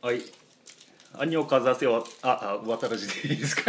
はい。アンニョカザセは渡らじでいいですか。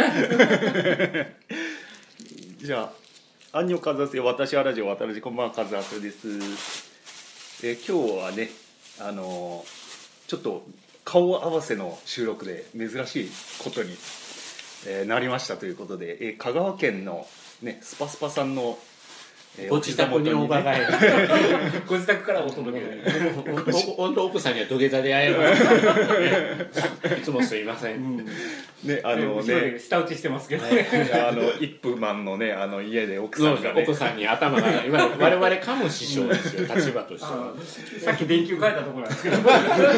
じゃあアンニョカザセ私はラジオ渡らじこんばんはカズアセです。今日はねちょっと顔合わせの収録で珍しいことに、なりましたということで、香川県のねスパスパさんのご自宅にお伺いご自宅からお届け本当奥さんには土下座で会えるいつもすいません、 ね舌打ちしてますけどね、 イップマンのね家で奥さんがね奥さんに頭がいわゆる我々かも師匠ですよ立場としてはさっき電球変えたところなんですけど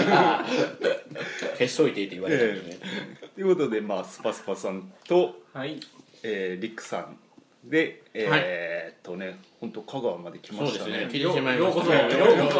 消しといてって言われたけどね、 ということでスパスパさんと、 はい、 リックさんで本当香川まで来ましたね。 そうですね。来てしまいました。 よ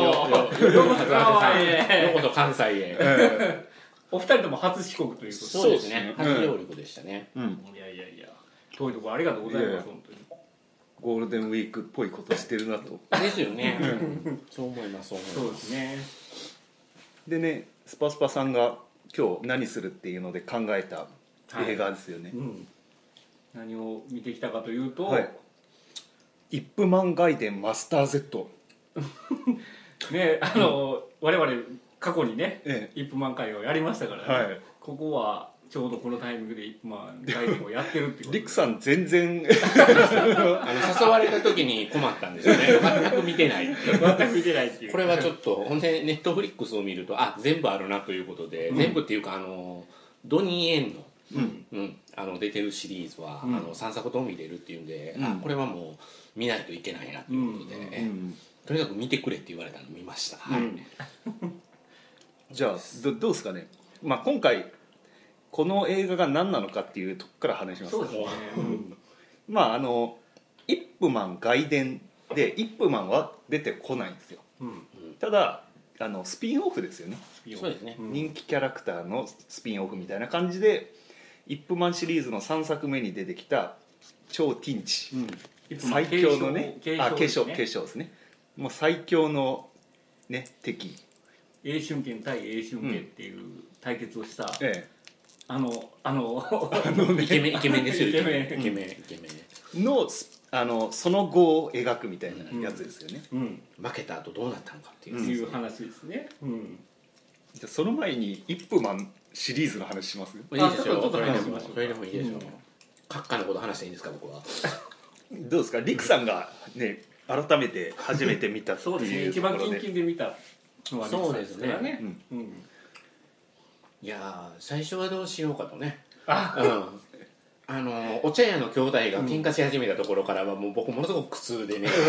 うこそ関西へ。お二人とも初帰国ということで。 そうですね。初上陸でしたね。 いや遠いところありがとうございます本当に。 ゴールデンウィークっぽいことしてるなと。 ですよね。そう思います。 そうですね。 でねスパスパさんが今日何するっていうので考えた映画ですよね。 何を見てきたかというと、 はい、イップマンガイデンマスター Z ね我々過去にね、イップマン会をやりましたからね、はい、ここはちょうどこのタイミングでイップマンガイデンをやってるっていうことリックさん全然誘われた時に困ったんですよね。全く見てないっていうこれはちょっとほんでネットフリックスを見ると全部あるなということで、全部っていうかドニー・エンの出てるシリーズは、3作とも見れるっていうんで、これはもう見ないといけないなということで、とにかく見てくれって言われたの見ました、 じゃあどうですかね、今回この映画が何なのかっていうとこから話しますか。そうですね、イップマン外伝でイップマンは出てこないんですよ、ただスピンオフですよね。 そうですね、 人気キャラクターのスピンオフみたいな感じでイップマンシリーズの3作目に出てきた超ティンチ、最強のね継承ですね。もう最強のね敵英春剣対英春剣っていう対決をした、 イケメンですよ。イケメンのその後を描くみたいなやつですよね。 負けた後どうなったのかっていう話ですね。 じゃあその前にイップマンシリーズの話します。 いいですよ。それでもいいですよ。閣下のこと話していいんですか僕は。 どうですかリクさんがね改めて初めて見たっていうそうですね。一番近々で見たのはリクさんですからね。 いや最初はどうしようかとね。お茶屋の兄弟が喧嘩し始めたところからはもう僕ものすごく苦痛でね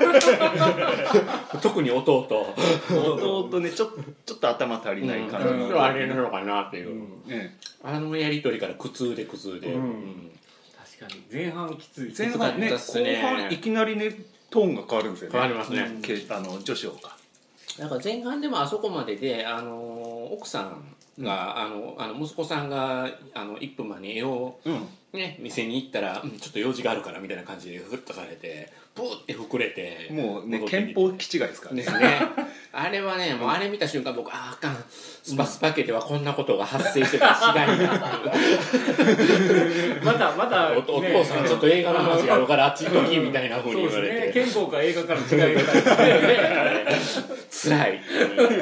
特に弟ねちょっと頭足りない感じあれなのかなっていう、やり取りから苦痛で、確かに前半きつい。 前半ね後半いきなりねトーンが変わるんですよね。 変わりますね、 女子かだから前半でもあそこまでで奥さんが息子さんがイップマンに絵を、店に行ったら、ちょっと用事があるからみたいな感じでフッとされてプーって膨れてもうね憲法気違いですからね。 あれはねもうあれ見た瞬間僕あかんスパスパ家ではこんなことが発生してた違いなまたお父さんちょっと映画の話があるからあっち行っときみたいな風に言われて、 憲法か映画かの違いがつらい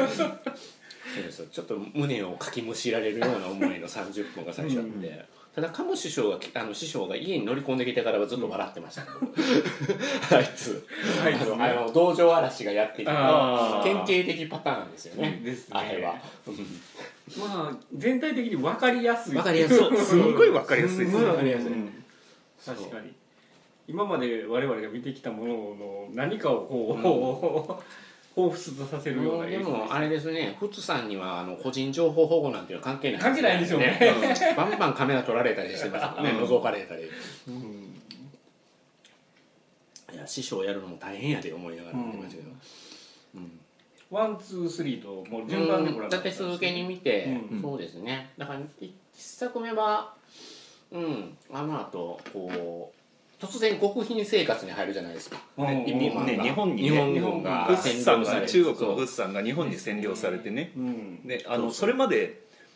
ちょっと胸をかきむしられるような思いの30分が最初あって、ただ鴨師匠が家に乗り込んできてからはずっと笑ってました、あいつ道場嵐がやってきた典型的パターンですよね、あれは。 全体的に分かりやすい。 すごい分かりやすいです。 確かに今まで我々が見てきたものの何かをこう彷彿とさせるような。 でもあれですね、フツさんには個人情報保護なんていうのは関係ないんでしょうね。 バンバンカメラ撮られたりしてますね、覗かれたり。いや師匠やるのも大変やで思いながら見てましたけど、 ワンツースリーともう順番でご覧になったんですね。 立て続けに見て、そうですね。だから1作目はあの後こう突然極貧生活に入るじゃないですか。 日本軍が中国の物産が日本に占領されてね。でそれまで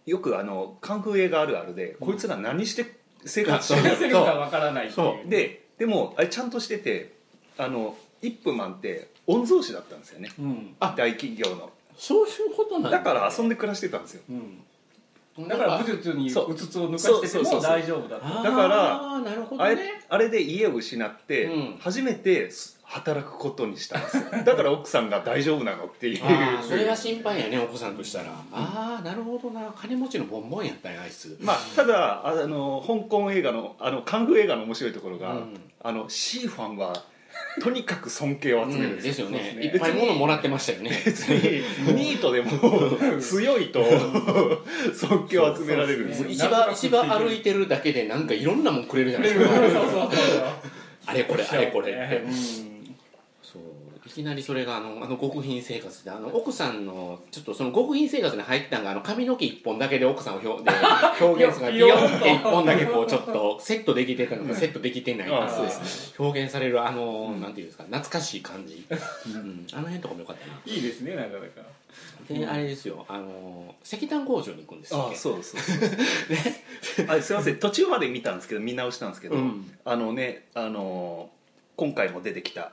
よくカンフー映画あるあるで、こいつら何して生活してるのかわからないっていうでもあれちゃんとしてて、イップマンって御曹司だったんですよね、大企業の。 そういうことなんだから遊んで暮らしてたんですよ、 だから武術にうつつを抜かしてても大丈夫だった。 だからなるほどね、 あれで家を失って初めて働くことにしたんですよ。だから奥さんが大丈夫なのっていう。 それは心配やね、奥さんとしたら。ああなるほどな、金持ちのボンボンやったんや、あいつ。 まあただ香港映画のカンフー映画の面白いところが、シーファンはとにかく尊敬を集めるんですよね。いっぱい物もらってましたよね。 別にニートでも強いと尊敬を集められるんですよ。 市場歩いてるだけでなんかいろんなもんくれるじゃないですか。あれこれあれこれって。そういきなりそれが極貧生活で奥さんのちょっとその極貧生活に入ったのが髪の毛一本だけで奥さんを表現するがビヨンって一本だけこうちょっとセットできてたのかセットできてないのか表現されるなんていうんですか、懐かしい感じ、あの辺とかもよかったな。 いいですね、なかなか。 であれですよ、石炭工場に行くんですよ。 そうすいません、途中まで見たんですけど見直したんですけど、今回も出てきた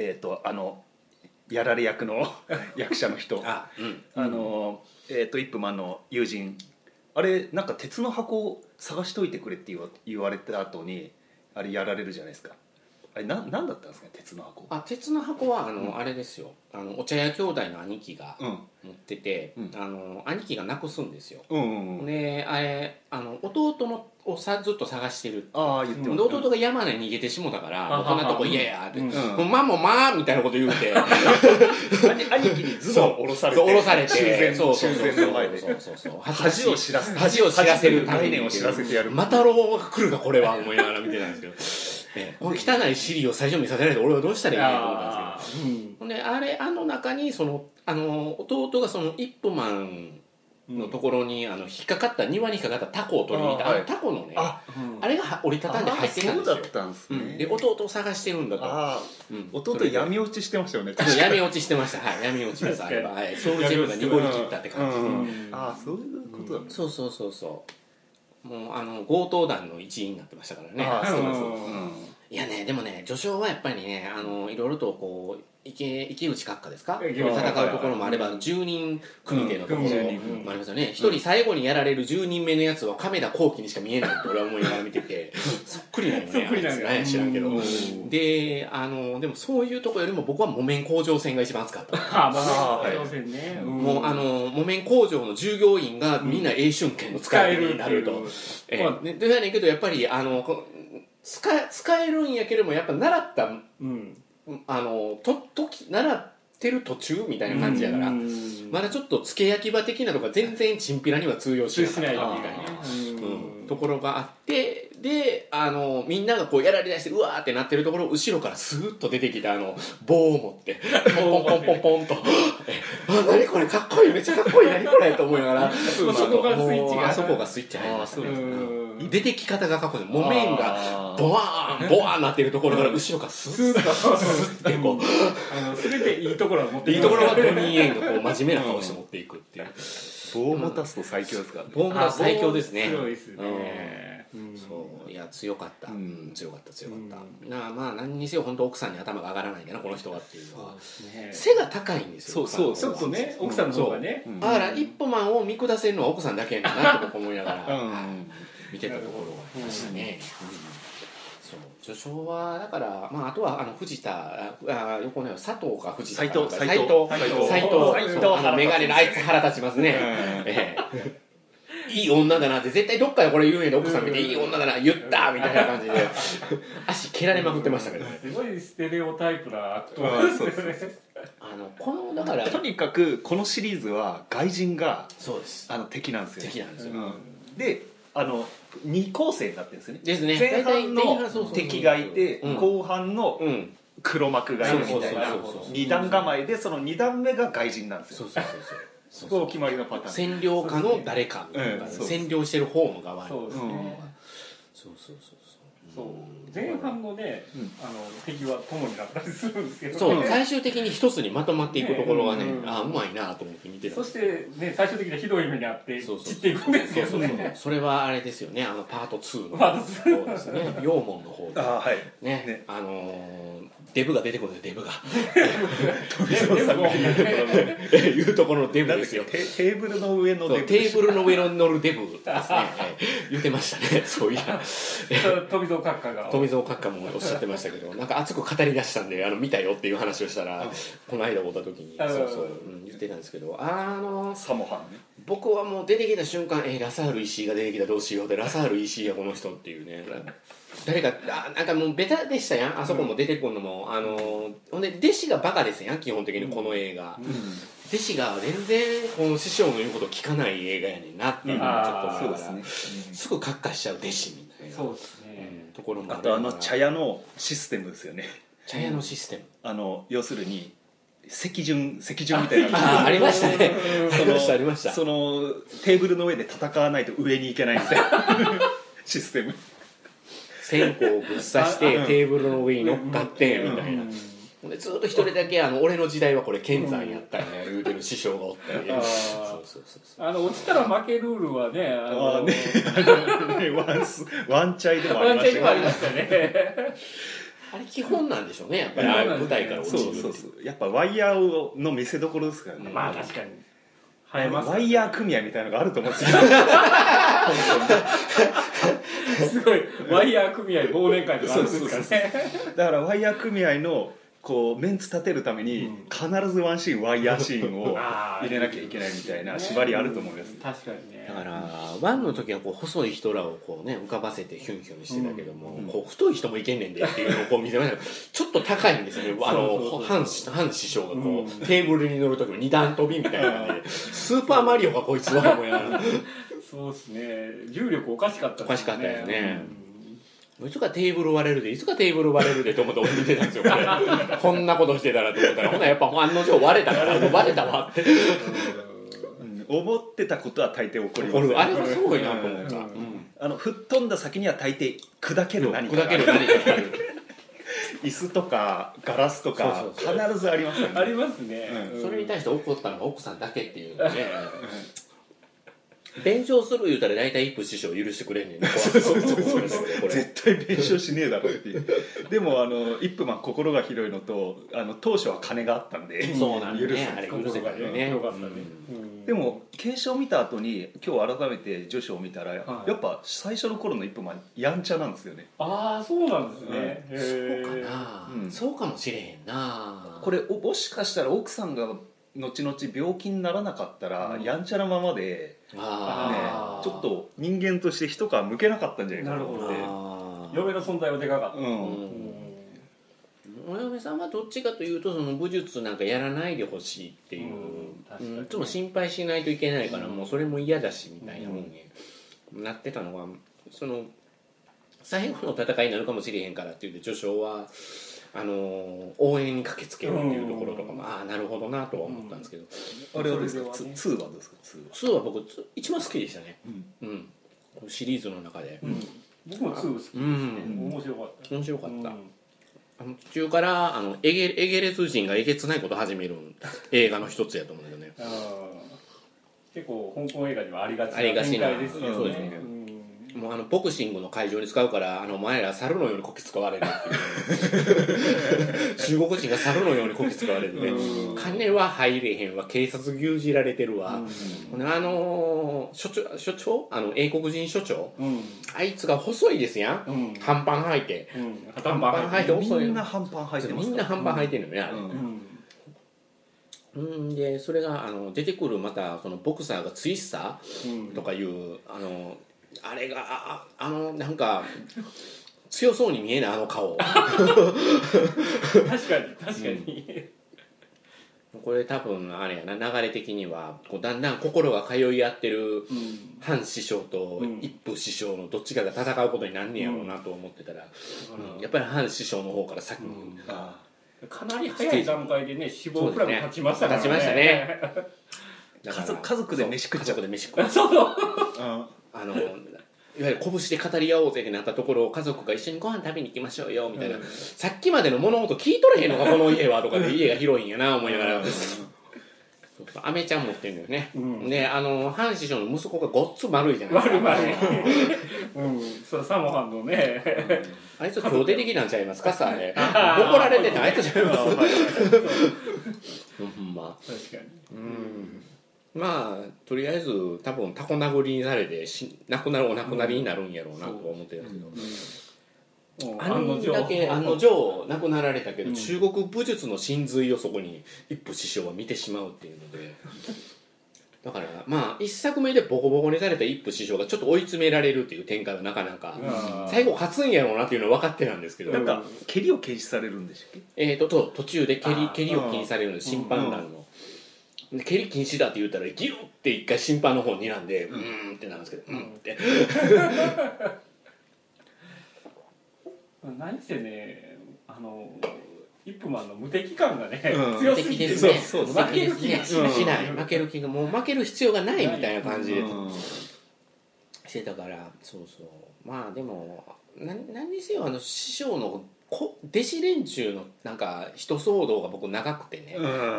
やられ役の役者の人、イップマンの友人、あれなんか鉄の箱を探しといてくれって言われた後にあれやられるじゃないですか。あれ何だったんですかね、鉄の箱。 鉄の箱はあれですよ、お茶屋兄弟の兄貴が持ってて、兄貴がなくすんですよ。であれ弟のをずっと探してる。 言ってます。 弟が山に逃げてしもたからもうこんなとこ嫌やってまあもうまあみたいなこと言うて兄貴にズボン下ろされて修繕の前で恥を知らせる概念を知らせてやる。 マタロウが来るかこれは思いながら見てたんですけど、この汚い尻を最初見させられて俺はどうしたらいいのと思ったんですけど、であの中に弟がそのイップマンのところに引っかかった庭に引っかかったタコを取りに行ったタコのね、あれが折りたたんで入ってたんですよ。 そうだったんですね。 で弟を探してるんだと。 弟闇落ちしてましたよね。 闇落ちしてました。はい、闇落ちです。あれはソウルジェムが濁り切ったって感じで。 そういうことだった。 そうもう強盗団の一員になってましたからね。いやね、でもね、序章はやっぱりね、いろいろとこう池内閣下ですか、戦うところもあれば10人組手のところもありますよね。一人最後にやられる10人目のやつは亀田光輝にしか見えないって俺は思いながら見ててそっくりなのね、あいつね、知らんけど。ででもそういうところよりも僕は木綿工場船が一番熱かった。もう木綿工場の従業員がみんな英春拳の使えるになると。でやねんけどやっぱり使えるんやけどもやっぱ習った習ってる途中みたいな感じやからまだちょっと付け焼き場的なとか全然チンピラには通用しないみたいなところがあって、でみんながこうやられだしてうわーってなってるところを後ろからスーッと出てきた棒を持ってポンポンポンポンと何これかっこいい、めっちゃかっこいい、何これと思いながらそこがスイッチ入りましたね。出てき方がかっこいい。木綿がボワーンボワーンなってるところから後ろからスーッとスッてこう全ていいところは持っていいところはドニー・イエンがこう真面目な顔して持っていくっていう。 棒を持たすと最強ですからね。 棒を持たすと最強ですね。 強いですね。 そういや強かった、強かったまあ何にせよ本当奥さんに頭が上がらないんだなこの人はっていうのは。背が高いんですよ。 そうちょっとね、奥さんの方がね。 だからイップマンを見下せるのは奥さんだけやなって僕思いながら見てたところがありましたね。序章はだからあとは藤田横の佐藤か藤田か斎藤メガネのあいつ腹立ちますね。いい女だなって絶対どっかでこれ言うんやで奥さん見ていい女だな言ったみたいな感じで足蹴られまくってましたけどね。 すごいステレオタイプなアクトですよね。 このだからとにかくこのシリーズは外人が敵なんですよ。 敵なんですよ。 で2構成になってるんですよね。 ですね。 前半の敵がいて後半の黒幕がいるみたいな2段構えで、その2段目が外人なんですよ。そこお決まりのパターン。 占領下の誰か、占領してる方の側に。そうそう前半のね、敵は友になったりするんですけど、 そう最終的に一つにまとまっていくところがね、あうまいなと思って見てた。 そしてね最終的にはひどい目にあって散っていくんですけどね。 それはあれですよね、パート2のそうですね、陽門の方でね、デブが出てくるんですよ、デブが富蔵さんがいうところのデブですよ。 テーブルの上のデブ、 テーブルの上に乗るデブですね言ってましたね。そういや富蔵閣下が富蔵閣下もおっしゃってましたけど、なんか熱く語り出したんで見たよっていう話をしたら、この間会った時に言ってたんですけど、 サモハンね、 僕はもう出てきた瞬間ラサール石井が出てきたどうしようで、ラサール石井やこの人っていうね、誰かなんかもうベタでしたやん、あそこも出てくるのも、ほんで弟子がバカですやん基本的にこの映画、弟子が全然この師匠の言うこと聞かない映画やねんなっていうのをちょっと思いながら、すぐ閣下しちゃう弟子みたいなそうですね、 ところもあと茶屋のシステムですよね。 茶屋のシステム、 要するに席順みたいなありましたねありました。 そのテーブルの上で戦わないと上に行けないみたいなシステム、 線香をぶっ刺してテーブルの上に乗っかってみたいな、でずっと一人だけ俺の時代はこれ剣山やったんや言うてる師匠がおったり、 落ちたら負けルールはねワンチャイでもありましたねあれ基本なんでしょうね、やっぱり舞台から落ちる。 そうやっぱワイヤーの見せ所ですからね。 まあ確かにワイヤー組合みたいなのがあると思うんですよすごいワイヤー組合忘年会とかあるんですからね。 だからワイヤー組合のこうメンツ立てるために必ずワンシーンワイヤーシーンを入れなきゃいけないみたいな縛りあると思います。 確かにね。 だからワンの時はこう細い人らをこうね浮かばせてヒュンヒュンしてたけども、こう太い人もいけんねんでっていうのをこう見せました。ちょっと高いんですよね。ハン師匠がこうテーブルに乗る時の二段跳びみたいな感じでスーパーマリオかこいつは思いながら。 そうですね。重力おかしかったですね。 おかしかったですね。いつかテーブル割れるで、いつかテーブル割れるでと思って見てたんですよ、これ。こんなことしてたらと思ったら、ほんならやっぱ案の定割れたから、割れたわって。 思ってたことは大抵起こります、 あれがすごいなと思った。 吹っ飛んだ先には大抵砕ける何かがある。椅子とかガラスとか必ずありますよね。 ありますね。 それに対して怒ったのが奥さんだけっていうね。弁償する言うたら大体一夫師匠許してくれんねんね。 絶対弁償しねえだろっていう。でも一夫マン心が広いのと当初は金があったんでそうなん許す。 あれ許せたね。 よかったね。 でも検証を見た後に今日改めて序章を見たら、やっぱ最初の頃の一夫マンやんちゃなんですよね。 ああそうなんですね。 そうかな。そうかもしれへんな。 これもしかしたら奥さんが後々病気にならなかったら、やんちゃなままで、ちょっと人間として一皮むけなかったんじゃないかなと思って。 嫁の存在はでかかった。 お嫁さんはどっちかというとその武術なんかやらないでほしいっていう、いつも心配しないといけないから、もうそれも嫌だしみたいなもんになってたのが、その最後の戦いになるかもしれへんからっていうで序章は応援に駆けつけるっていうところとかもなるほどなとは思ったんですけど、 あれはどうですか、2はどうですか。 2は僕一番好きでしたね。シリーズの中で僕も2好きですね。面白かった。 面白かった。途中からエゲレス人がえげつないことを始める映画の一つやと思うんだよね。 結構香港映画にはありがちな展開ですよね。 もうボクシングの会場に使うからお前ら猿のようにこき使われるっていう中国人が猿のようにこき使われるね。金は入れへんわ、警察牛耳られてるわ、所長英国人所長、あいつが細いですやん、半パン履いて、 半パン履いて細い。みんな半パン履いてます。 みんな半パン履いてるのね、あれ。でそれが出てくるまたそのボクサーがツイスターとかいうあれがなんか強そうに見えない顔確かにこれ多分あれやな、流れ的にはこうだんだん心が通い合ってるハン師匠と一夫師匠のどっちかが戦うことになんねやろうなと思ってたら、やっぱりハン師匠の方から先に、 かなり早い段階でね死亡フラグ立ちましたからね。 立ちましたね。 家族で飯食っちゃう。 家族で飯食っちゃう。 そうそう。 いわゆる拳で語り合おうぜってなったところを家族が一緒にご飯食べに行きましょうよみたいな、さっきまでの物音聞いとれへんのかこの家はとかで家が広いんやな思いながらアメちゃん持ってんのよね、でハン師匠の息子がごっつ丸いじゃないですか。 丸いそうサモハンのね、 あいつ今日出てきたんちゃいますかさあれ怒られててあいつちゃいますほんま確かに。 まあとりあえず多分タコ殴りにされて亡くなるお亡くなりになるんやろうなと思ってるんですけど、あんだけ案の定亡くなられたけど、中国武術の真髄をそこに一夫師匠は見てしまうっていうのでだからまあ一作目でボコボコにされた一夫師匠がちょっと追い詰められるっていう展開はなかなか最後勝つんやろうなっていうのは分かってたんですけど、 なんか蹴りを禁止されるんでしたっけ？ 途中で蹴りを禁止されるんです、審判団の。蹴り禁止だって言ったらギュッて一回審判の方に睨んでってなるんですけどって何せねイップマンの無敵感がね、 強すぎて負ける気がしない、 負ける気がもう負ける必要がないみたいな感じでしてたから、そうまあでも何にせよ師匠の弟子連中のなんか一騒動が僕長くてね、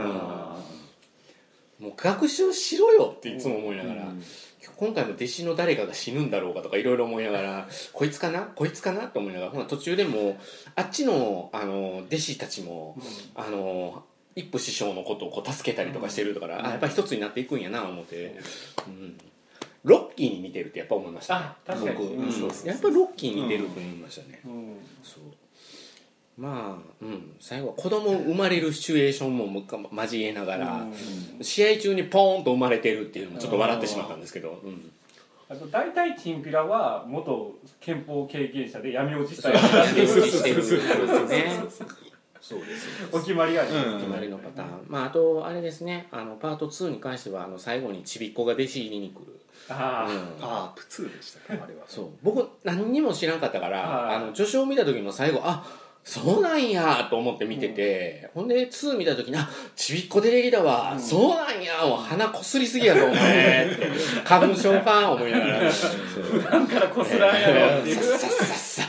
もう学習しろよっていつも思いながら、今回も弟子の誰かが死ぬんだろうかとかいろいろ思いながらこいつかなと思いながら、途中でもあっちの弟子たちも一夫師匠のことをこう助けたりとかしてるから、やっぱり一つになっていくんやな思って、ロッキーに似てるってやっぱ思いましたね。 確かに僕やっぱりロッキーに似てると思いましたね。そうまあ最後は子供生まれるシチュエーションも交えながら、試合中にポーンと生まれてるっていうのもちょっと笑ってしまったんですけど、 あと大体チンピラは元憲法経験者で闇落ちしたしてるそうですね。そうですお決まりがあります、 お決まりのパターン。あとあれですね、パート2に関しては最後にちびっこが弟子入りに来る。 プ2でしたかあれは。 そう僕何にも知らんかったから序章見た時も最後そうなんやと思って見てて、ほんで2見た時にちびっこ出てきたわ、そうなんや鼻こすりすぎやぞお前って花粉症か思いながら普段からこすらんやろっていうさっ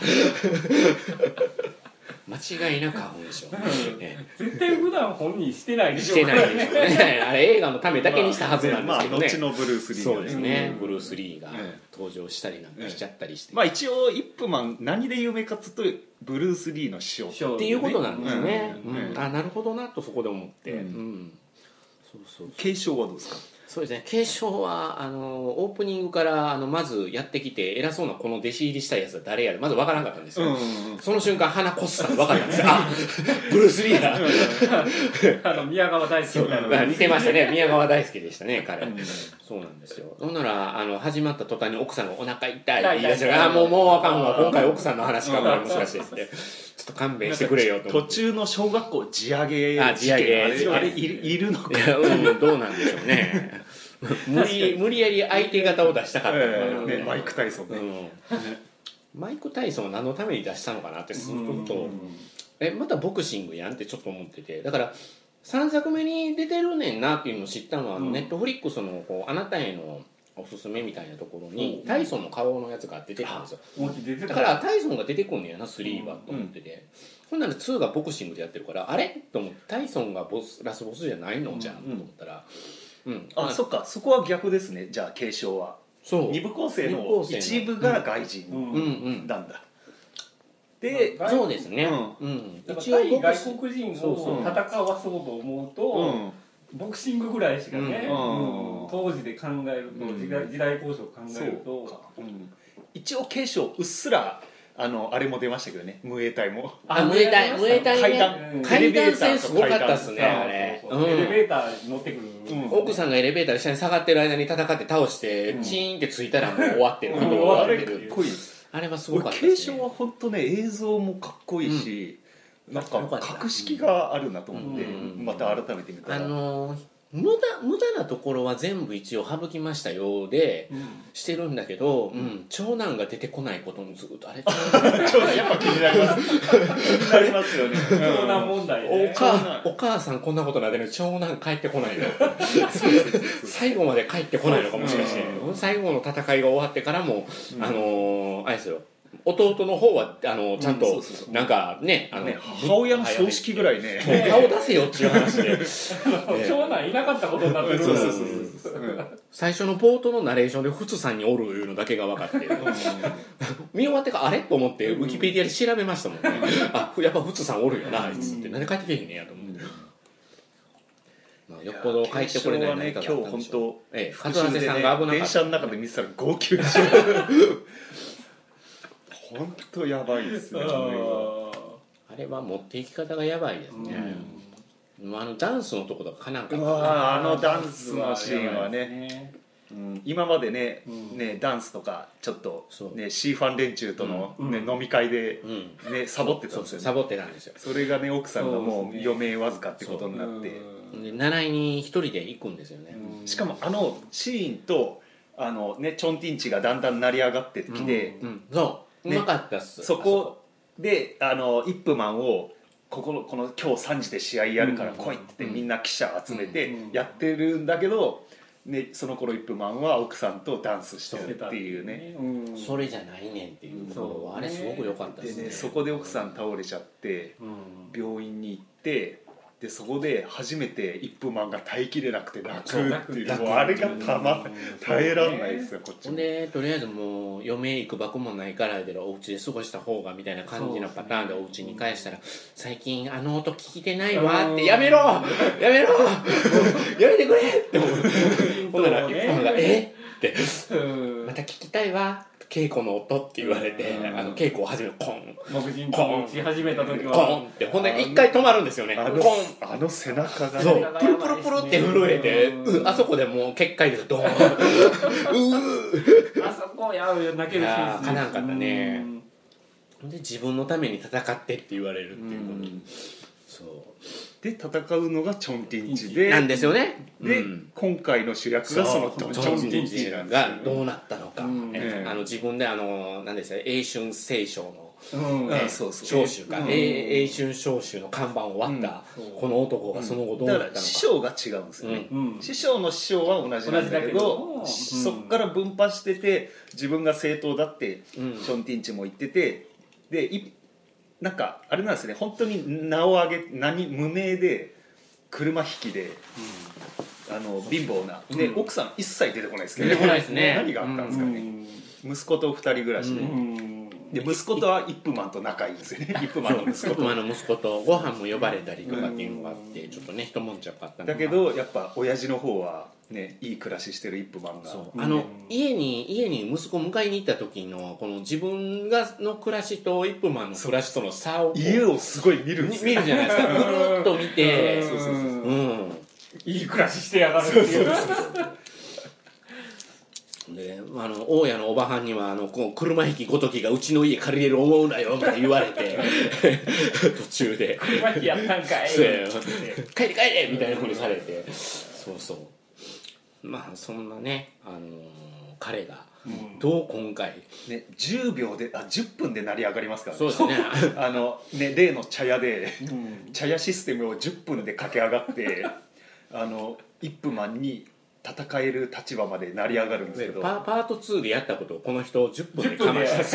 間違いなく花粉症、 絶対普段本人してないでしょ。 してないでしょうねあれ映画のためだけにしたはずなんですけどね、 後のブルース・リーそうですね、ブルース・リーが登場したりなんかしちゃったりして、 一応イップマン何で有名かっつうとブルース・リーの師匠っていうことなんですね。なるほどなとそこで思って、そう継承はどうですか？ そうですね、継承はオープニングからまずやってきて偉そうなこの弟子入りしたやつは誰やるまず分からなかったんですよ、その瞬間鼻こすったの分かったんですよブルース・リーだ宮川大輔似てましたね、宮川大輔でしたね彼、そうなんですよ。ほんなら始まった途端に奥さんがお腹痛いって言い出したらもうあかんわ今回奥さんの話かもしかしてってちょっと勘弁してくれよと思って、 途中の小学校地上げあれいるのかどうなんでしょうね無理やり相手方を出したかったのかな、 マイク・タイソンね、 マイク・タイソンは何のために出したのかなってすごくとまたボクシングやんってちょっと思ってて、だから3作目に出てるねんなっていうのを知ったのはネットフリックスのあなたへのおすすめみたいなところにタイソンの顔のやつが出てたんですよ。だからタイソンが出てくんねやな3はと思ってて、ほんなら2がボクシングでやってるからあれと思ってタイソンがラスボスじゃないのじゃんと思ったら、 そっか、そこは逆ですね。じゃあ継承は2部構成の一部が外人なんだ。でそうですね、 一応外国人を戦わそうと思うと、ボクシングぐらいしかね、当時で考えると、時代交渉を考えると、 一応継承うっすらあれも出ましたけどね、ムエタイも。 ムエタイね、階段戦すごかったっすねあれ。 エレベーター乗ってくる、 奥さんがエレベーターで下に下がってる間に戦って倒してチーンってついたらもう終わってる、あれはすごかったですね。 継承は本当ね、映像もかっこいいし、なんか格式があるなと思って、また改めて見たら無駄なところは全部一応省きましたよで、してるんだけど、長男が出てこないことにずっとあれ長男やっぱ気になります気になりますよね。 長男問題ね。 お母さんこんなことなってるのに長男帰ってこないの最後まで帰ってこないのかもしれないし、最後の戦いが終わってからも、あれですよ、弟の方はちゃんとなんかね、 母親の葬式ぐらいね顔出せよっていう話で長男いなかったことになってる。 最初の冒頭のナレーションでフツさんにおるいうのだけが分かって見終わってからあれと思ってウィキペディアで調べましたもんね。あ、やっぱフツさんおるよなあいつって、なんで帰ってけへんねやと思って、よっぽど帰ってこれない何かがあったんでしょう。 今日本当さんが危なかった。 電車の中で見てたら号泣し本当やばいですね。 あれは持っていき方がやばいですね。ダンスのところかなんかダンスのシーンはね、今までねダンスとかちょっとね C ファン連中との飲み会でねサボってたんですよね。 サボってたんですよ。 それがね奥さんがもう余命わずかってことになって習いに一人で行くんですよね。 しかもシーンとチョンティンチがだんだん成り上がってきて、 そううまかったっす。 そこでイップマンをこの今日3時で試合やるから来いってみんな記者集めてやってるんだけど、その頃イップマンは奥さんとダンスしてるっていうね、 それじゃないねんっていうところはあれすごく良かったですね。 そこで奥さん倒れちゃって病院に行って、でそこで初めてイップマンが耐えきれなくて泣くっていう、もうあれが耐えらんないですよこっちも。 でとりあえずもう嫁行くばくもないからでお家で過ごした方がみたいな感じのパターンでお家に返したら、最近あの音聞いてないわってやめろやめろやめてくれってほんならイップマンがえってまた聞きたいわ稽古の音って言われて、稽古を始めるコン木人と打ち始めた時はコンってほんで一回止まるんですよね。コンあの背中がそうプルプルプルって震えて、あそこでもう結界ですドーンあそこや泣けるシーンかなんかったね。で自分のために戦ってって言われるっていうこと、そうで戦うのがチョンティンチでなんですよね。 で、今回の主役がそのチョンティンチなんですがどうなったのか、自分で何でしたっけ、英春聖書の召集か、英春召集の看板を割ったこの男がその後どうなったのか。 師匠が違うんですよね、師匠の師匠は同じなんだけど、そこから分派してて自分が正当だってチョンティンチも言ってて、でなんかあれなんですね、本当に名を挙げ無名で車引きで、貧乏なで、奥さん一切出てこないですけど、 出てこないですね。 何があったんですかね、息子と2人暮らしで、で息子とはイップマンと仲いいんですよね。イップマンの息子とご飯も呼ばれたりとかっていうのがあって、ちょっとね一悶着あったんだけど、やっぱ親父の方はねいい暮らししてるイップマンが、 家に息子迎えに行った時のこの自分の暮らしとイップマンの暮らしとの差を家をすごい見るんですよ。 見るじゃないですか。ぐるっと見て、 いい暮らししてやがるっていう。 で大家のおばはんには車引きごときがうちの家借りれる思うなよって言われて途中で車引きやったんかい帰れみたいなふうにされて、そうそう、まあそんなね、彼がどう今回ね10秒で10分で成り上がりますからね。 そうですね例の茶屋で、茶屋システムを10分で駆け上がってイップマンに戦える立場まで成り上がるんですけど、 パート2でやったことをこの人10分でかました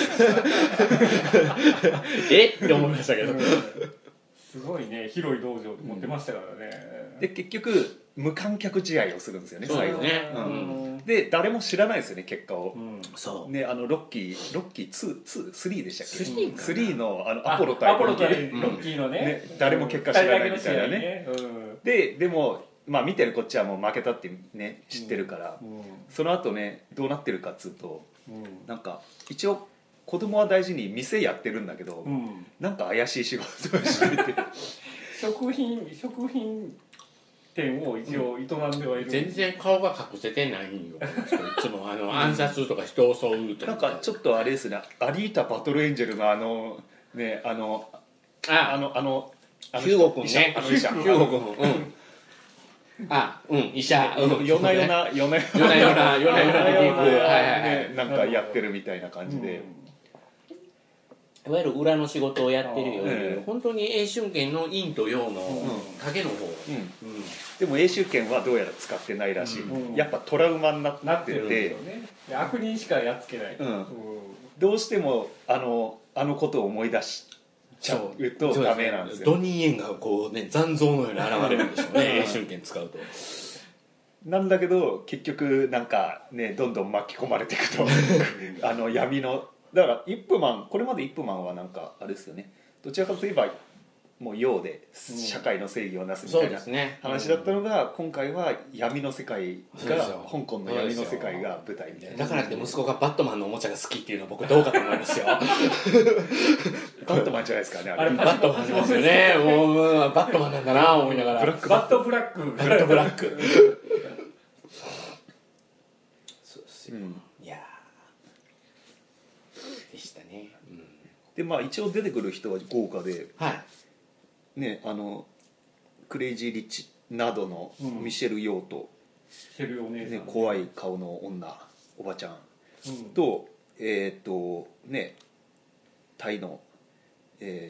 って思いましたけど、 すごいね、広い道場持ってましたからね。 で結局無観客試合をするんですよね、最後ね。 で誰も知らないですよね結果を。 そうね、ロッキー3でしたっけ、 3 のアポロ対ロッキーのね、 誰も結果知らないみたいなね。でもまあ見てるこっちはもう負けたってね知ってるから、その後ねどうなってるかっつうと、なんか一応子供は大事に店やってるんだけど、なんか怪しい仕事をしてて食品店を一応営んではいる。 全然顔が隠せてないんよ、この人。いつも暗殺とか人を襲うとか、 なんかちょっとあれですね、アリータ・バトルエンジェルのねヒューゴ君ね、 ヒューゴ君医者、 夜な夜な出ていく、なんかやってるみたいな感じで、 いわゆる裏の仕事をやってるように、本当に詠春拳の陰と陽の影の方、 でも詠春拳はどうやら使ってないらしい、やっぱトラウマになってて、 悪人しかやっつけない、 どうしてもあのことを思い出しちゃうとダメなんですよ。 ドニー・エンがこうね残像のように現れるんでしょうね、詠春拳使うと。 なんだけど結局なんかねどんどん巻き込まれていくと闇のだからイップマン、これまでイップマンはなんかあれですよね、どちらかといえばもう陽で社会の正義をなすみたいな話だったのが、今回は闇の世界が、香港の闇の世界が舞台みたいな。 だからって息子がバットマンのおもちゃが好きっていうのは僕どうかと思いますよ。 バットマンじゃないですかね、あれバットマンですよね。もうバットマンなんだな思いながら。 バットブラックそうですよ、いやでしたね、 でまあ一応出てくる人は豪華で、ね、クレイジー・リッチなどのミシェル・ヨーと、ね、怖い顔の女おばちゃんと、ね、タイの、トニ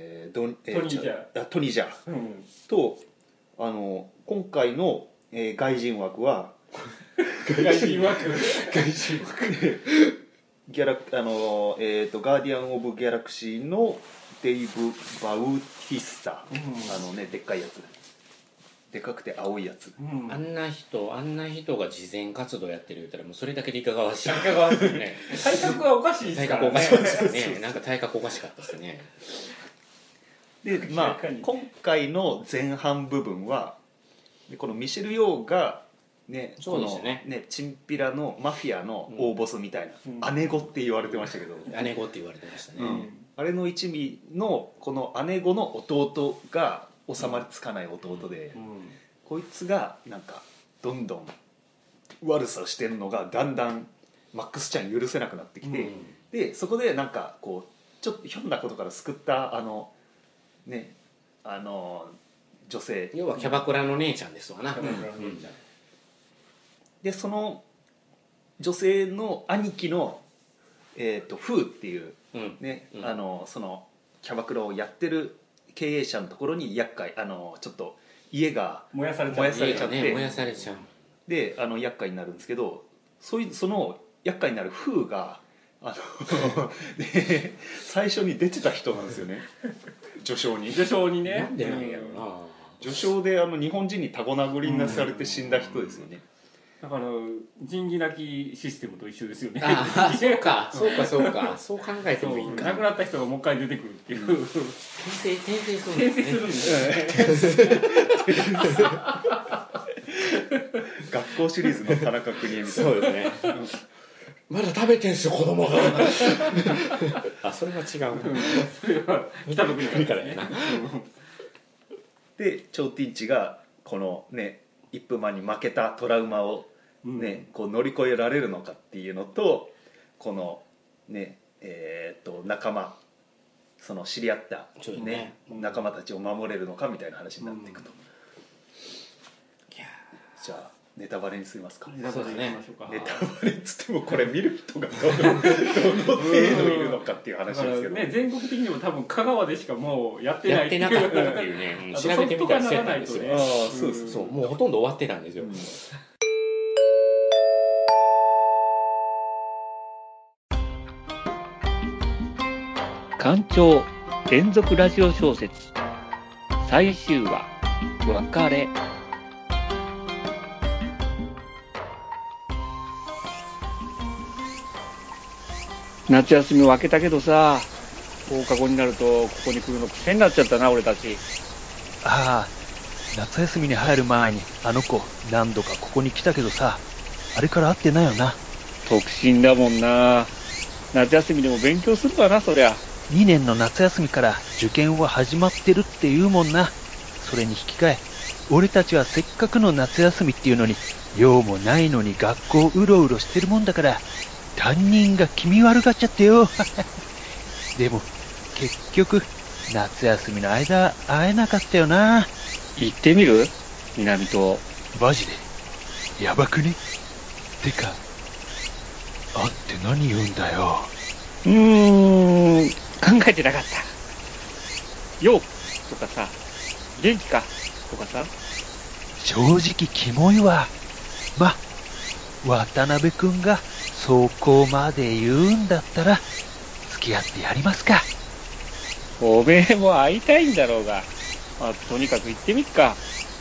ージャと今回の、外人枠は外人枠ガーディアン・オブ・ギャラクシーのデイブ・バウティスタ、でっかいやつ、でかくて青いやつ、 あんな人が慈善活動やってる言ったらもうそれだけでいかがわしいね。 体格がおかしいですからね。 体格おかしかったですね。なんか体格おかしかったですね。 でまあ今回の前半部分はこのミシェル・ヨーがね、 そうですね、 チンピラのマフィアの大ボスみたいな、姉子って言われてましたけど、 姉子って言われてましたね、 あれの一味のこの姉子の弟が収まりつかない弟で、こいつがなんかどんどん悪さをしてるのがだんだんマックスちゃん許せなくなってきて、でそこでなんかこうちょっとひょんなことから救った女性、 要はキャバクラの姉ちゃんですわな、 でその女性の兄貴の、フーっていう、そのキャバクラをやってる経営者のところに厄介ちょっと家が燃やされちゃって、で厄介になるんですけど、その厄介になるフーがで最初に出てた人なんですよね。序章にね。 なんでなんやろな。 序章で日本人にタコ殴りになされて死んだ人ですよね。 だから仁義なきシステムと一緒ですよね。 そうかそう考えてもいいか。 亡くなった人がもう一回出てくるっていう、転生するんですね。 学校シリーズの田中邦衛みたいな。 そうですね。まだ食べてんすよ子供が。それは違う。それは北の国からやな。 でチョーティンチがこのねイップマンに負けたトラウマをね、こう乗り越えられるのかっていうのと、このね仲間、その知り合ったね仲間たちを守れるのかみたいな話になっていくと。じゃあネタバレにすみますか。 ネタバレにしましょうか。 ネタバレっつってもこれ見る人がどの程度いるのかっていう話ですけど、 全国的にも多分香川でしかもうやってないなかったっていうね、調べてみたらそうやったんですよ。そうもうほとんど終わってたんですよ。 館長連続ラジオ小説最終話別れ。夏休みを明けたけどさ、放課後になるとここに来るの癖になっちゃったな俺たち。 ああ、夏休みに入る前にあの子何度かここに来たけどさ、あれから会ってないよな。 特進だもんな。夏休みでも勉強するわなそりゃ。 2年の夏休みから受験は始まってるって言うもんな。それに引き換え俺たちはせっかくの夏休みっていうのに用もないのに学校うろうろしてるもんだから、担任が気味悪がっちゃってよ。でも結局夏休みの間会えなかったよな。 行ってみる？南と。 マジでやばくね？てか、あって何言うんだよ。 考えてなかった。ようとかさ、元気かとかさ。 正直キモいわ。ま、渡辺くんがそこまで言うんだったら付き合ってやりますか。 おめえも会いたいんだろうが、まあ、とにかく行ってみっか。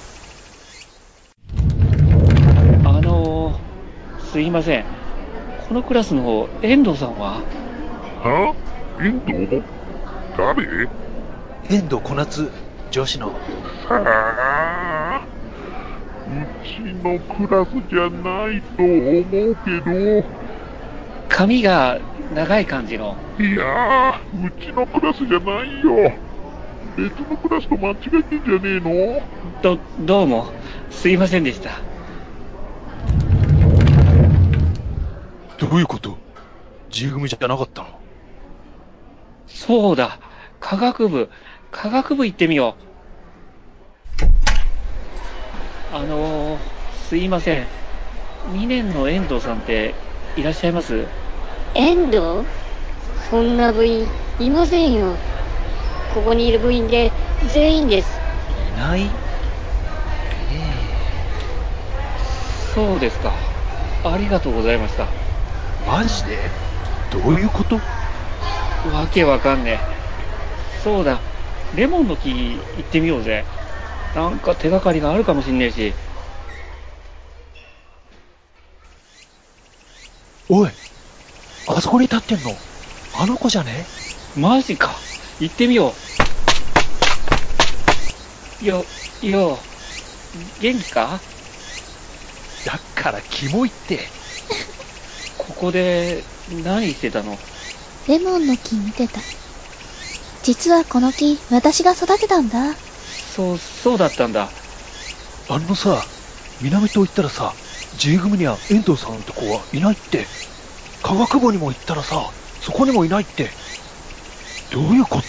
すいません、このクラスの遠藤さんは？ は？遠藤？誰？ 遠藤小夏、女子の。 はあ、うちのクラスじゃないと思うけど。 髪が長い感じの。 いやー、うちのクラスじゃないよ。別のクラスと間違えてんじゃねえの？ どうもすいませんでした。 どういうこと？ G 組じゃなかったの？ そうだ、科学部行ってみよう。すいません、2年の遠藤さんっていらっしゃいます？ 遠藤？そんな部員いませんよ。ここにいる部員で全員です。 いない？ そうですか、ありがとうございました。 マジで？どういうこと？ わけわかんねえ。そうだ、レモンの木行ってみようぜ。なんか手がかりがあるかもしんねえし。 おい、あそこに立ってんのあの子じゃね？ マジか、行ってみよう。よ元気か？ だからキモいって。 ここで何してたの？ レモンの木見てた。実はこの木私が育てたんだ。 そうだったんだ。 あのさ、南と言ったらさ、G 組には遠藤さんって子はいないって。科学部にも行ったらさ、そこにもいないって。どういうこと？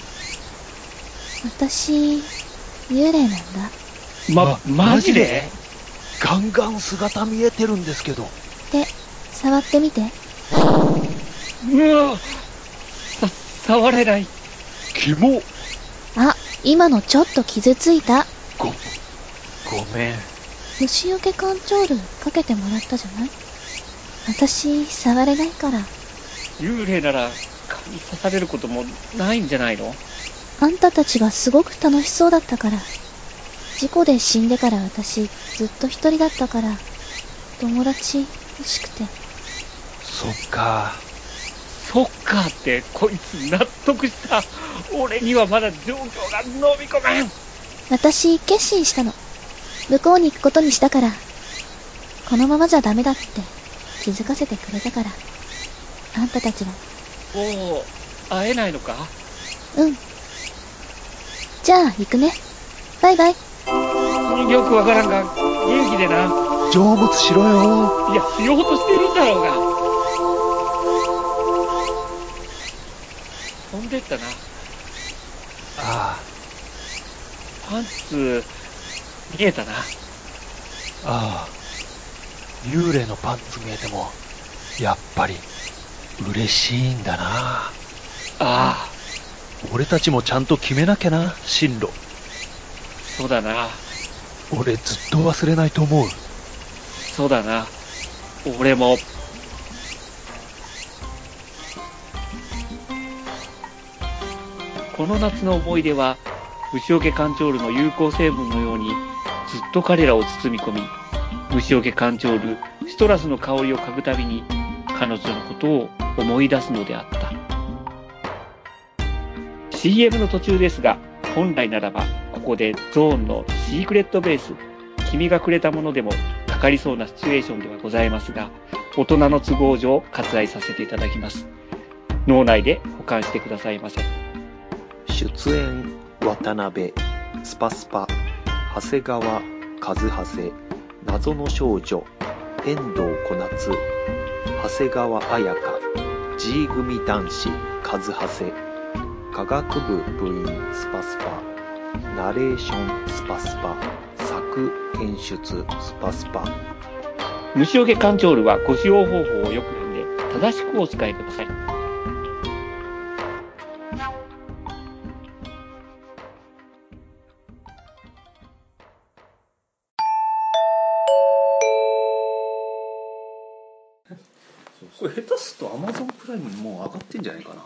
私、幽霊なんだ。 マジで？ ガンガン姿見えてるんですけど。 で、触ってみて。 うわ、触れない。 キモ。 あ、今のちょっと傷ついた。 ごめん。 虫除けカンチョールかけてもらったじゃない？私、触れないから。 幽霊なら蚊に刺されることもないんじゃないの？ あんたたちがすごく楽しそうだったから。事故で死んでから私、ずっと一人だったから、友達欲しくて。 そっかってこいつ納得した。俺にはまだ状況が飲み込めん。 私決心したの。向こうに行くことにしたから。このままじゃダメだって気づかせてくれたから。あんたたちは。 もう会えないのか？ うん。じゃあ行くね。バイバイ。 よくわからんが元気でな。 成仏しろよ。 いや、しようとしてるんだろうが。飛んでったな。 ああ。 パンツ見えたな。 ああ。幽霊のパンツ見えてもやっぱり嬉しいんだな。 ああ。 俺たちもちゃんと決めなきゃな、進路。 そうだな。 俺ずっと忘れないと思う。 そうだな。俺も。この夏の思い出は虫除けカンチョールの有効成分のようにずっと彼らを包み込み、虫除けカンチョールシトラスの香りを嗅ぐたびに彼女のことを思い出すのであった。 CM の途中ですが、本来ならばここでゾーンのシークレットベース、君がくれたものでもかかりそうなシチュエーションではございますが、大人の都合上割愛させていただきます。脳内で保管してくださいませ。 出演渡辺、スパスパ、長谷川、和長、謎の少女、遠藤小夏、長谷川彩香、G 組男子、和長、科学部部員スパスパ、ナレーションスパスパ、作薬検出スパスパ。 虫除けカンチョールはご使用方法をよく読んで正しくお使いください。 これ下手すると Amazon プライムにもう上がってんじゃないかな。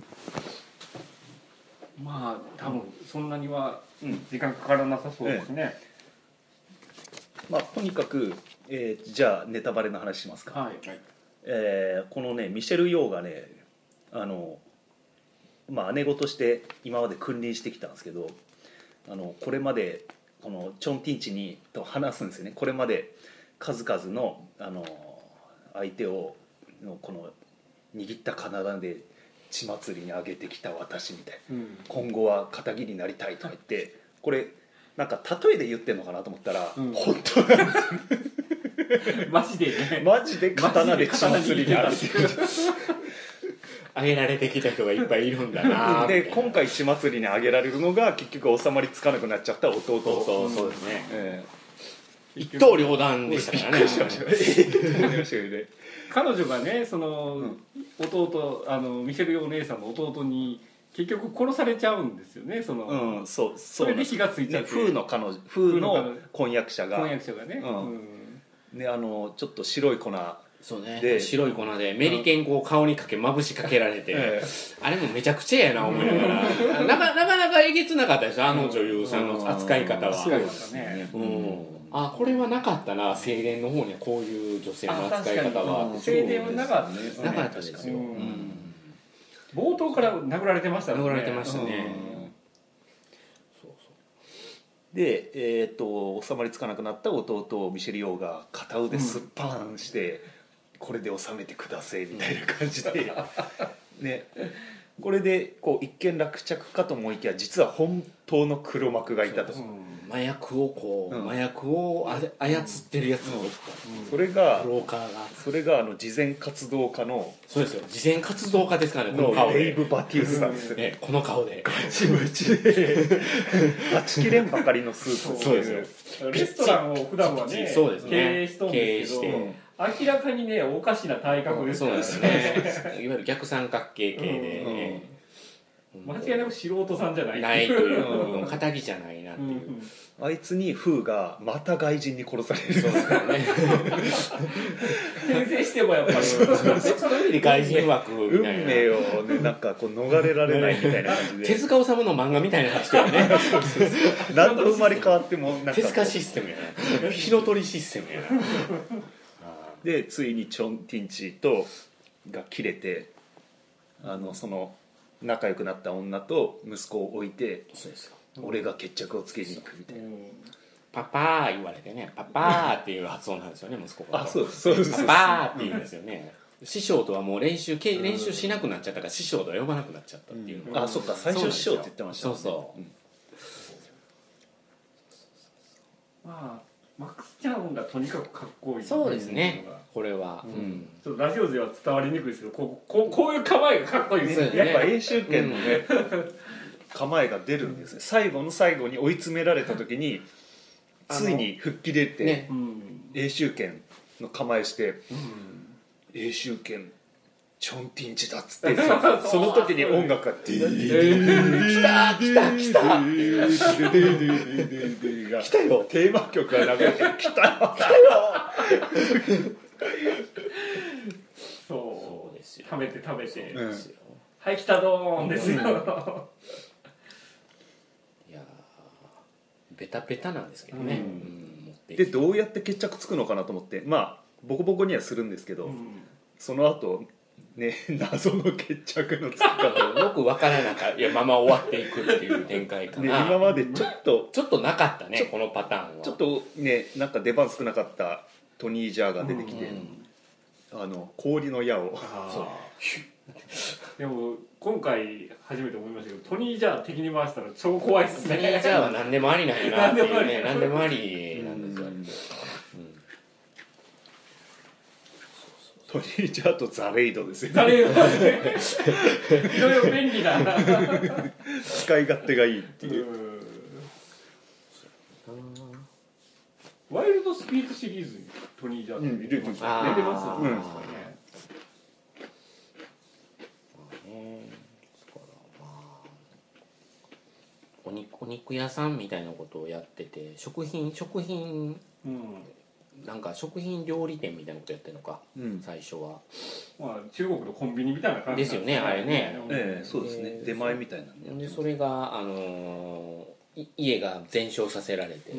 まあ多分そんなには時間かからなさそうですね。 まあとにかく、じゃあネタバレの話しますか。 はい。 このねミシェル・ヨーがねまあ姉御として今まで君臨してきたんですけど、これまでこのチョン・ティンチにと話すんですよね。これまで数々の相手をこの握った刀で血祭りに上げてきた私みたいな、今後は仇になりたいとか言って、これなんか例えで言ってんのかなと思ったら、本当なんですよマジでね、 マジで刀で血祭りに上げてくる上げられてきた人がいっぱいいるんだなで今回血祭りに上げられるのが結局収まりつかなくなっちゃった弟。 そうですね、一刀両断でしたからね。 彼女がねその弟ミシェル・ヨー姉さんの弟に結局殺されちゃうんですよね。それで火がついちゃって、 風の婚約者がね、 でちょっと白い粉そうね、白い粉でメリケンを顔にかけまぶしかけられて、あれもめちゃくちゃやな思いながらなかなかえげつなかったですよ、女優さんの扱い方は。 そうですね。 これはなかったな、清廉の方にはこういう女性の扱い方は。 清廉はなかったですね。 なかったですよ。 冒頭から殴られてましたね。 殴られてましたね。 で収まりつかなくなった弟をミシェル・ヨーが片腕スッパーンして、これで収めてくださいみたいな感じでね、これでこう一見落着かと思いきや実は本当の黒幕がいたと。 麻薬を操ってるやつがいた。 それがブローカーが、 それが慈善活動家の、 そうですよ、慈善活動家ですからね、この顔で。 デイブ・バティスタですね、この顔でガチムチではちきれんばかりのスープを。 そうですよ。 レストランを普段はね経営しとんですけど、明らかにねおかしな体格ですからね。 そうですね。いわゆる逆三角形系で、 間違いなく素人さんじゃないという仇じゃないなっていう。 あいつにフーがまた外人に殺される。そうですね。 転生してもやっぱり別の意味で外人枠みたいな。 運命をねなんかこう逃れられないみたいな感じで。 手塚治虫の漫画みたいな話だよね。 何度生まれ変わってもなんか手塚システムやな。火の鳥システムやな。 でついにチョン・ティンチとが切れて、その仲良くなった女と息子を置いて、 そうですよ、 俺が決着をつけに行くみたいな、 パパー言われてね、パパーっていう発音なんですよね、息子が。 あ、そうですそうです。 パパーって言うんですよね。師匠とはもう練習しなくなっちゃったから師匠とは呼ばなくなっちゃったっていうのが、 あ、そっか、最初師匠って言ってましたね。 そうまあマックス・チャンがとにかくかっこいい。 そうですね、これは、 ちょっとラジオでは伝わりにくいですけど、こういう構えがかっこいいですね。 やっぱ英州圏のね、構えが出るんですね。最後の最後に追い詰められた時についに吹っ切れて、英州圏の構えして、英州圏チョン・ティンチだっつって、その時に音楽が「来た来た来た」来たよ、テーマ曲が流れて「来たよ来たよ」 そうですよ、 食べてはい来たどーんですよ。 いやベタベタなんですけどね。 でどうやって決着つくのかなと思って、まあボコボコにはするんですけど、その後ね、謎の決着のつき方をよく分からなかったまま終わっていくっていう展開かな、 今までちょっとなかったね、このパターンは。 ちょっとね、なんか出番少なかったトニー・ジャーが出てきて、氷の矢をでも今回初めて思いましたけど、トニー・ジャー敵に回したら超怖いっすね。 トニー・ジャーは何でもありなんやなっていうね、何でもありなんですよ。 トニー・ジャーとザレイドですよね。 ザレイドね。いろいろ便利な使い勝手がいいっていう。 スピリットシリーズにトニー・ジャーうん出てます出てますよね、 お肉屋さんみたいなことをやってて食品なんか食品料理店みたいなことやってるのか、最初は、 まあ、中国のコンビニみたいな感じですよねあれね、 そうですね、出前みたいなんでそれが家が全焼させられて、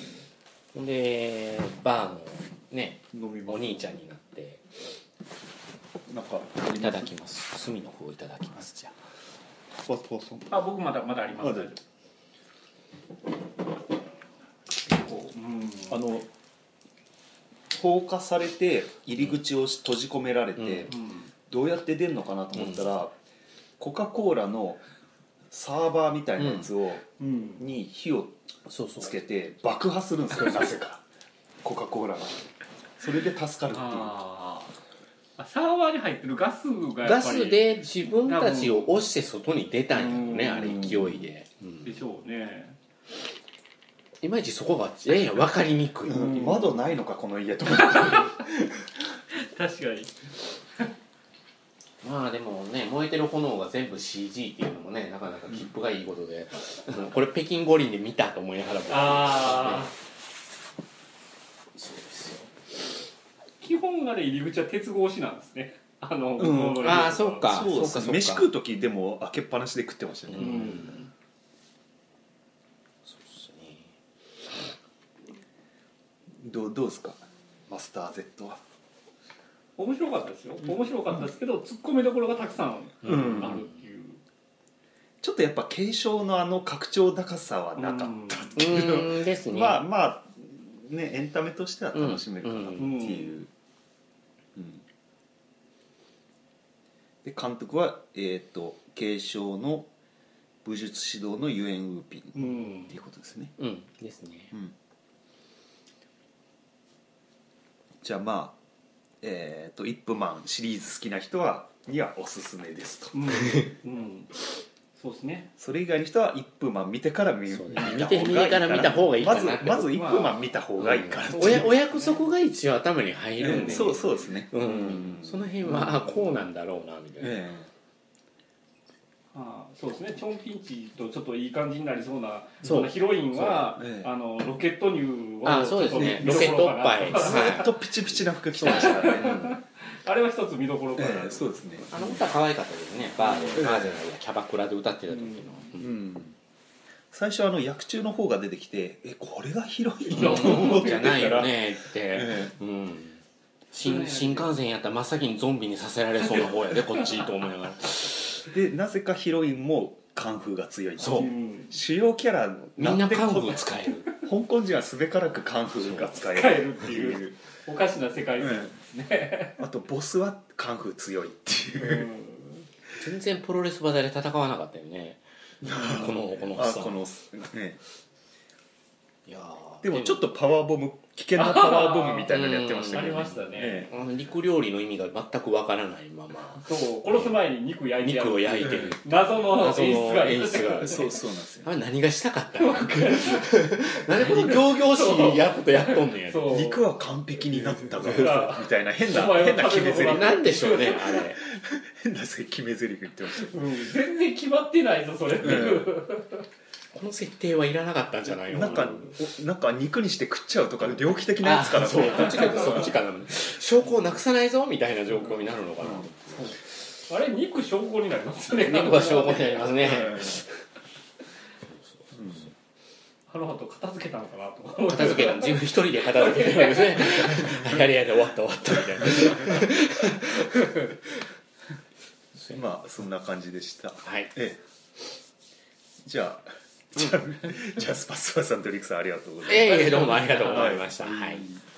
でバーのねお兄ちゃんになってなんかいただきます。炭の方いただきます。じゃあ僕まだあります。 放火されて入り口を閉じ込められて、どうやって出るのかなと思ったら、コカ・コーラのサーバーみたいなやつを、に火をつけて爆破するんですよ、なぜかコカ・コーラがそれで助かるっていう。 サーバーに入ってるガスがやっぱりガスで自分たちを押して外に出たんやろね、あれ勢いで、 でしょうね。 いまいちそこが分かりにくい、 窓ないのかこの家とか確かにまあでもね、燃えてる炎が全部 CG っていうのもね、なかなか切符がいいことで、これ北京五輪で見たと思いながらも、そうですよ。 基本がね、入り口は鉄格子なんですね。 そうか。 飯食う時でも開けっぱなしで食ってましたね。どうですかマスター Z は。 面白かったですよ。面白かったですけど、ツッコミどころがたくさんあるっていう、 ちょっとやっぱ継承の格調高さはなかったっていう、 ですね。 まあね、エンタメとしては楽しめるかなっていう、で監督は継承の武術指導のユエン・ウーピンっていうことですね。 ですね。 じゃあまあイップマンシリーズ好きな人にはおすすめですと。 そうですね。 それ以外の人はイップマン見てから見た方がいいかな。まずイップマン見た方がいいから。 お約束が一応頭に入るんで、 そうですね。 その辺はこうなんだろうなみたいな。 そうですね。チョンピンチとちょっといい感じになりそうなヒロインはロケット乳をそうですね。ロケットおっぱいずっとピチピチな服着てましたね。 あれは一つ見どころかな。 そうですね。 歌可愛かったですね。バーじゃないキャバクラで歌ってた時の。 最初役中の方が出てきてこれがヒロインのじゃないよねって。新幹線やったら真っ先にゾンビにさせられそうな方やでこっちと思いながら。 でなぜかヒロインもカンフーが強い。 そう主要キャラみんなカンフー使える。 香港人はすべからくカンフーが使えるっていうおかしな世界ですね。 あとボスはカンフー強いっていう。 全然プロレス場で戦わなかったよね。このね。 いやでもちょっとパワーボム、危険なパワーボムみたいなのやってましたけど、 ありましたね。 肉料理の意味が全くわからないまま、 殺す前に肉焼いてる謎の演出がそうなんですよ。 あれ何がしたかったの？なんでこの仰々しいやつとやっとんねん。 肉は完璧になったからみたいな変な決め台詞なんでしょうねあれ。 変な決め台詞言ってました。 全然決まってないぞそれ。 この設定はいらなかったんじゃないの？ なんか肉にして食っちゃうとか猟奇的なやつからそうこっちかそっちかな証拠をなくさないぞみたいな状況になるのかな。 あれ肉証拠になりますね。 肉は証拠になりますね。 あの後片付けたのかなと。 片付けた自分一人で片付けたんですね。やり終わったみたいな。 まあそんな感じでした。 はい。 じゃあスパスパさんとリクさんありがとうございます。 どうもありがとうございました。はい。